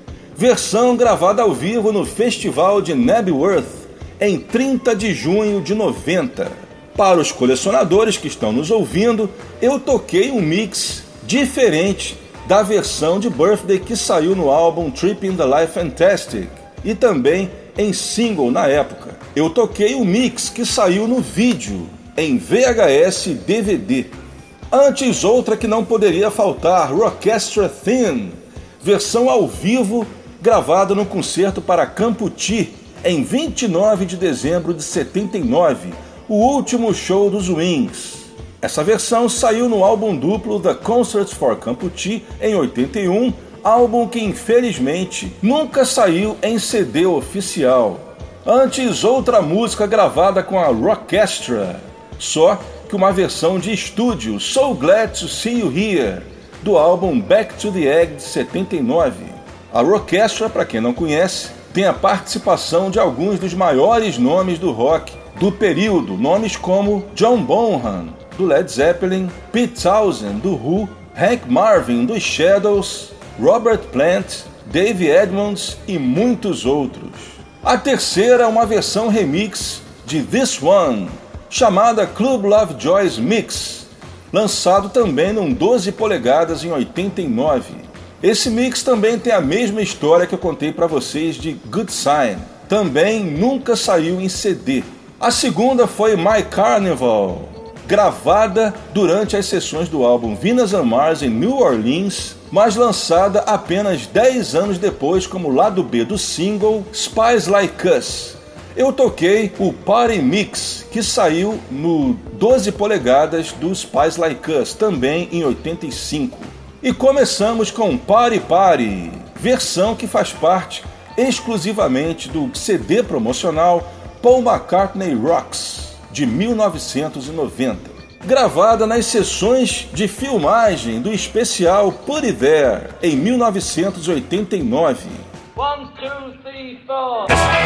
versão gravada ao vivo no Festival de Knebworth em trinta de junho de noventa. Para os colecionadores que estão nos ouvindo, eu toquei um mix diferente da versão de Birthday que saiu no álbum Tripping the Life Fantastic e também em single na época. Eu toquei o mix que saiu no vídeo, em V H S e D V D. Antes, outra que não poderia faltar, Rockestra Theme, versão ao vivo gravada no concerto para Camputi em vinte e nove de dezembro de setenta e nove, o último show dos Wings. Essa versão saiu no álbum duplo The Concerts for Camputi em oitenta e um, álbum que infelizmente nunca saiu em C D oficial. Antes, outra música gravada com a Rockestra, só que uma versão de estúdio, So Glad to See You Here, do álbum Back to the Egg de setenta e nove. A Rockestra, para quem não conhece, tem a participação de alguns dos maiores nomes do rock do período, nomes como John Bonham, do Led Zeppelin, Pete Townshend, do Who, Hank Marvin, dos Shadows, Robert Plant, Dave Edmunds e muitos outros. A terceira é uma versão remix de This One, chamada Club Lovejoy's Mix, lançado também num doze polegadas em oitenta e nove. Esse mix também tem a mesma história que eu contei para vocês de Good Sign, também nunca saiu em C D. A segunda foi My Carnival, gravada durante as sessões do álbum Venus on Mars em New Orleans, mas lançada apenas dez anos depois como lado B do single Spies Like Us. Eu toquei o Party Mix, que saiu no doze polegadas do Spies Like Us, também em oitenta e cinco. E começamos com Party Party, versão que faz parte exclusivamente do C D promocional Paul McCartney Rocks, de mil novecentos e noventa. Gravada nas sessões de filmagem do especial Put It There, em mil novecentos e oitenta e nove. One, two, three, four.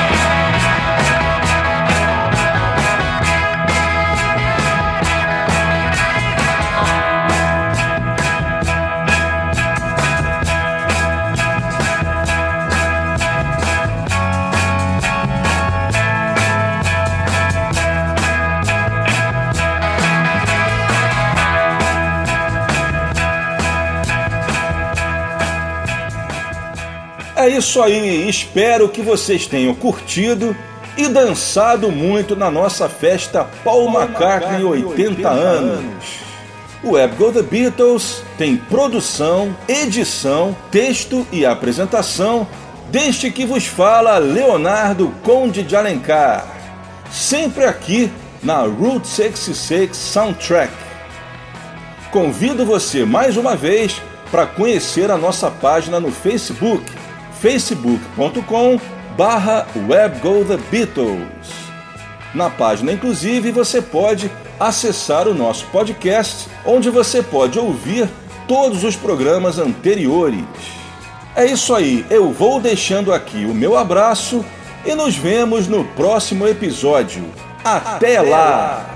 É isso aí, espero que vocês tenham curtido e dançado muito na nossa festa Paul, Paul McCartney oitenta anos. O Web Go The Beatles tem produção, edição, texto e apresentação deste que vos fala Leonardo Conde de Alencar, sempre aqui na Route sessenta e seis Soundtrack. Convido você mais uma vez para conhecer a nossa página no Facebook, facebook ponto com barra Web Go The Beatles. Na página, inclusive, você pode acessar o nosso podcast, onde você pode ouvir todos os programas anteriores. É isso aí, eu vou deixando aqui o meu abraço e nos vemos no próximo episódio. Até, Até lá! lá.